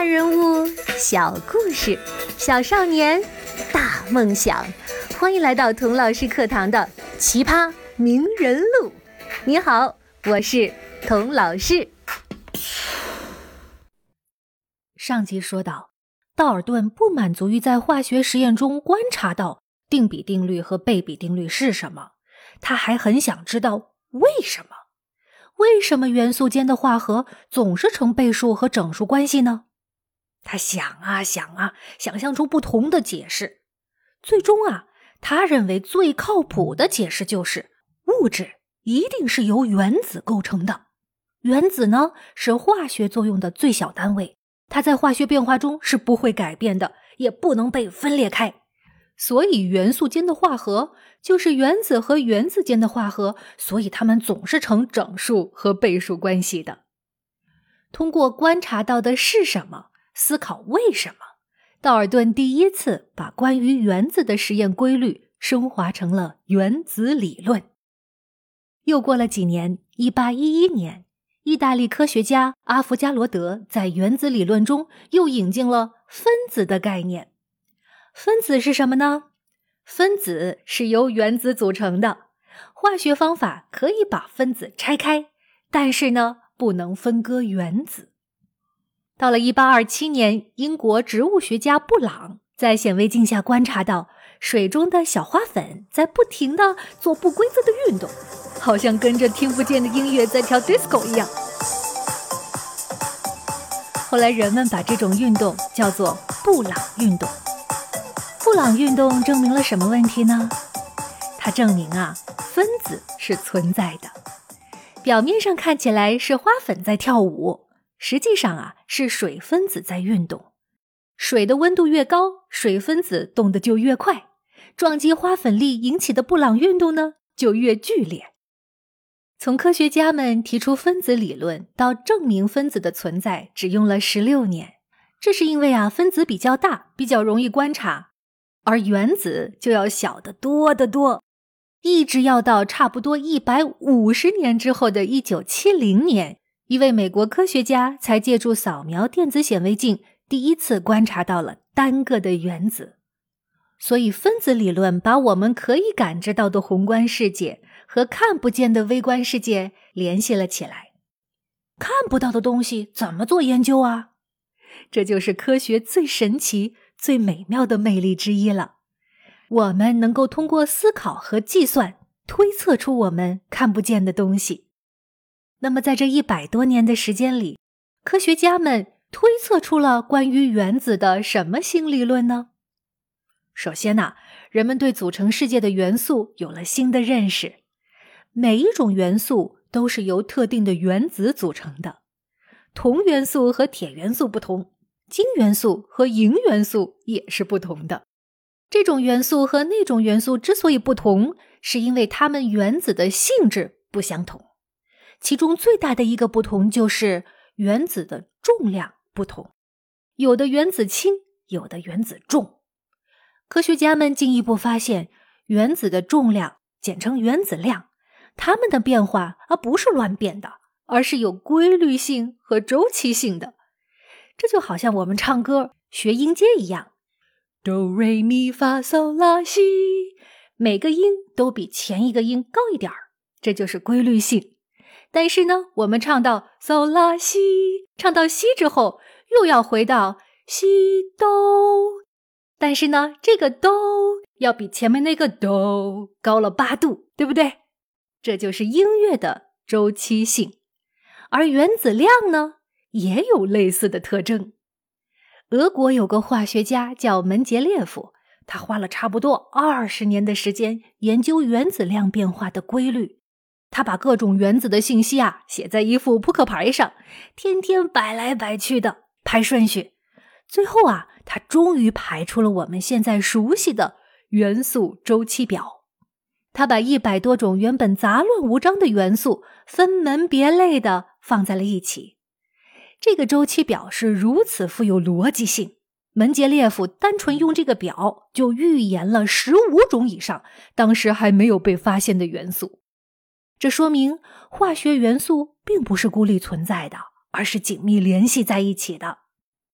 人物，小故事，小少年，大梦想。欢迎来到童老师课堂的奇葩名人录。你好，我是童老师。上集说到，道尔顿不满足于在化学实验中观察到定比定律和倍比定律是什么，他还很想知道为什么元素间的化合总是成倍数和整数关系呢？他想啊，想象出不同的解释。最终他认为最靠谱的解释就是物质一定是由原子构成的。原子呢，是化学作用的最小单位，它在化学变化中是不会改变的，也不能被分裂开。所以元素间的化合就是原子和原子间的化合，所以它们总是成整数和倍数关系的。通过观察到的是什么，思考为什么，道尔顿第一次把关于原子的实验规律升华成了原子理论。又过了几年，1811年，意大利科学家阿伏加罗德在原子理论中又引进了分子的概念。分子是什么呢？分子是由原子组成的，化学方法可以把分子拆开，但是呢，不能分割原子。到了1827年，英国植物学家布朗在显微镜下观察到水中的小花粉在不停地做不规则的运动，好像跟着听不见的音乐在跳 disco 一样。后来人们把这种运动叫做布朗运动。布朗运动证明了什么问题呢？它证明分子是存在的。表面上看起来是花粉在跳舞，实际上是水分子在运动。水的温度越高，水分子动得就越快，撞击花粉力引起的布朗运动呢，就越剧烈。从科学家们提出分子理论到证明分子的存在，只用了16年。这是因为分子比较大，比较容易观察，而原子就要小得多得多，一直要到差不多150年之后的1970年，一位美国科学家才借助扫描电子显微镜第一次观察到了单个的原子。所以分子理论把我们可以感知到的宏观世界和看不见的微观世界联系了起来。看不到的东西怎么做研究啊？这就是科学最神奇、最美妙的魅力之一了。我们能够通过思考和计算推测出我们看不见的东西。那么在这100多年的时间里，科学家们推测出了关于原子的什么新理论呢？首先人们对组成世界的元素有了新的认识。每一种元素都是由特定的原子组成的。铜元素和铁元素不同，金元素和银元素也是不同的。这种元素和那种元素之所以不同，是因为它们原子的性质不相同。其中最大的一个不同就是原子的重量不同，有的原子轻，有的原子重。科学家们进一步发现，原子的重量，简称原子量，它们的变化不是乱变的，而是有规律性和周期性的。这就好像我们唱歌学音阶一样，哆瑞咪发嗦拉西，每个音都比前一个音高一点，这就是规律性。但是呢，我们唱到嗦拉西，唱到西之后又要回到西哆，但是呢，这个哆要比前面那个哆高了8度，对不对？这就是音乐的周期性。而原子量呢，也有类似的特征。俄国有个化学家叫门捷列夫，他花了差不多20年的时间研究原子量变化的规律。他把各种原子的信息写在一副扑克牌上，天天摆来摆去的排顺序。最后他终于排出了我们现在熟悉的元素周期表。他把100多种原本杂乱无章的元素分门别类地放在了一起。这个周期表是如此富有逻辑性，门捷列夫单纯用这个表就预言了15种以上当时还没有被发现的元素。这说明化学元素并不是孤立存在的，而是紧密联系在一起的。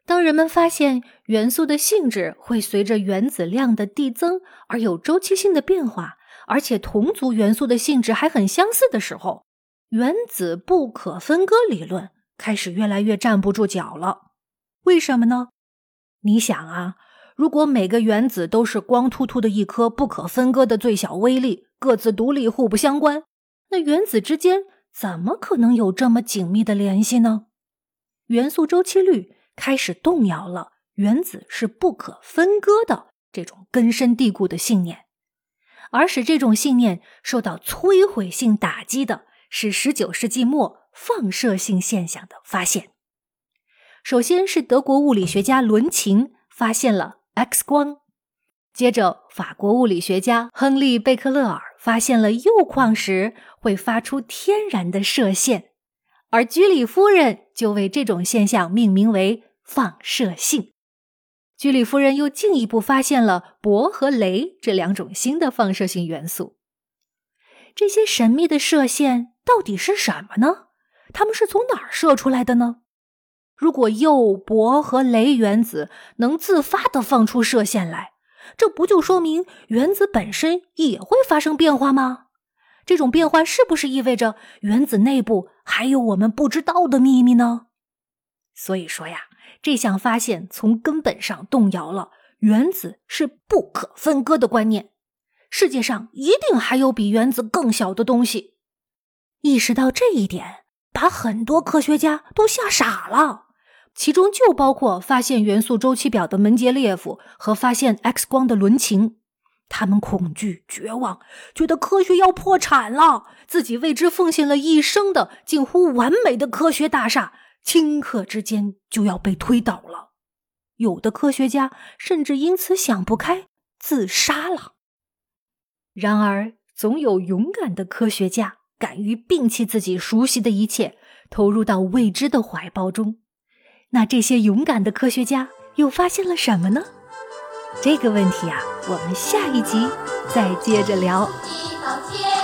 当人们发现元素的性质会随着原子量的递增而有周期性的变化，而且同族元素的性质还很相似的时候，原子不可分割理论开始越来越站不住脚了。为什么呢？你想啊，如果每个原子都是光秃秃的一颗不可分割的最小微粒，各自独立互不相关，那原子之间怎么可能有这么紧密的联系呢？元素周期律开始动摇了原子是不可分割的这种根深蒂固的信念，而使这种信念受到摧毁性打击的是19世纪末放射性现象的发现。首先是德国物理学家伦琴发现了 X 光，接着法国物理学家亨利·贝克勒尔发现了铀矿石会发出天然的射线，而居里夫人就为这种现象命名为放射性。居里夫人又进一步发现了铂和镭这2种新的放射性元素。这些神秘的射线到底是什么呢？它们是从哪儿射出来的呢？如果铀、铂和镭原子能自发地放出射线来，这不就说明原子本身也会发生变化吗？这种变化是不是意味着原子内部还有我们不知道的秘密呢？所以说呀，这项发现从根本上动摇了原子是不可分割的观念，世界上一定还有比原子更小的东西。意识到这一点，把很多科学家都吓傻了，其中就包括发现元素周期表的门捷列夫和发现 X 光的伦琴。他们恐惧、绝望，觉得科学要破产了，自己为之奉献了一生的近乎完美的科学大厦顷刻之间就要被推倒了。有的科学家甚至因此想不开，自杀了。然而，总有勇敢的科学家敢于摒弃自己熟悉的一切，投入到未知的怀抱中。那这些勇敢的科学家又发现了什么呢？这个问题啊，我们下一集再接着聊。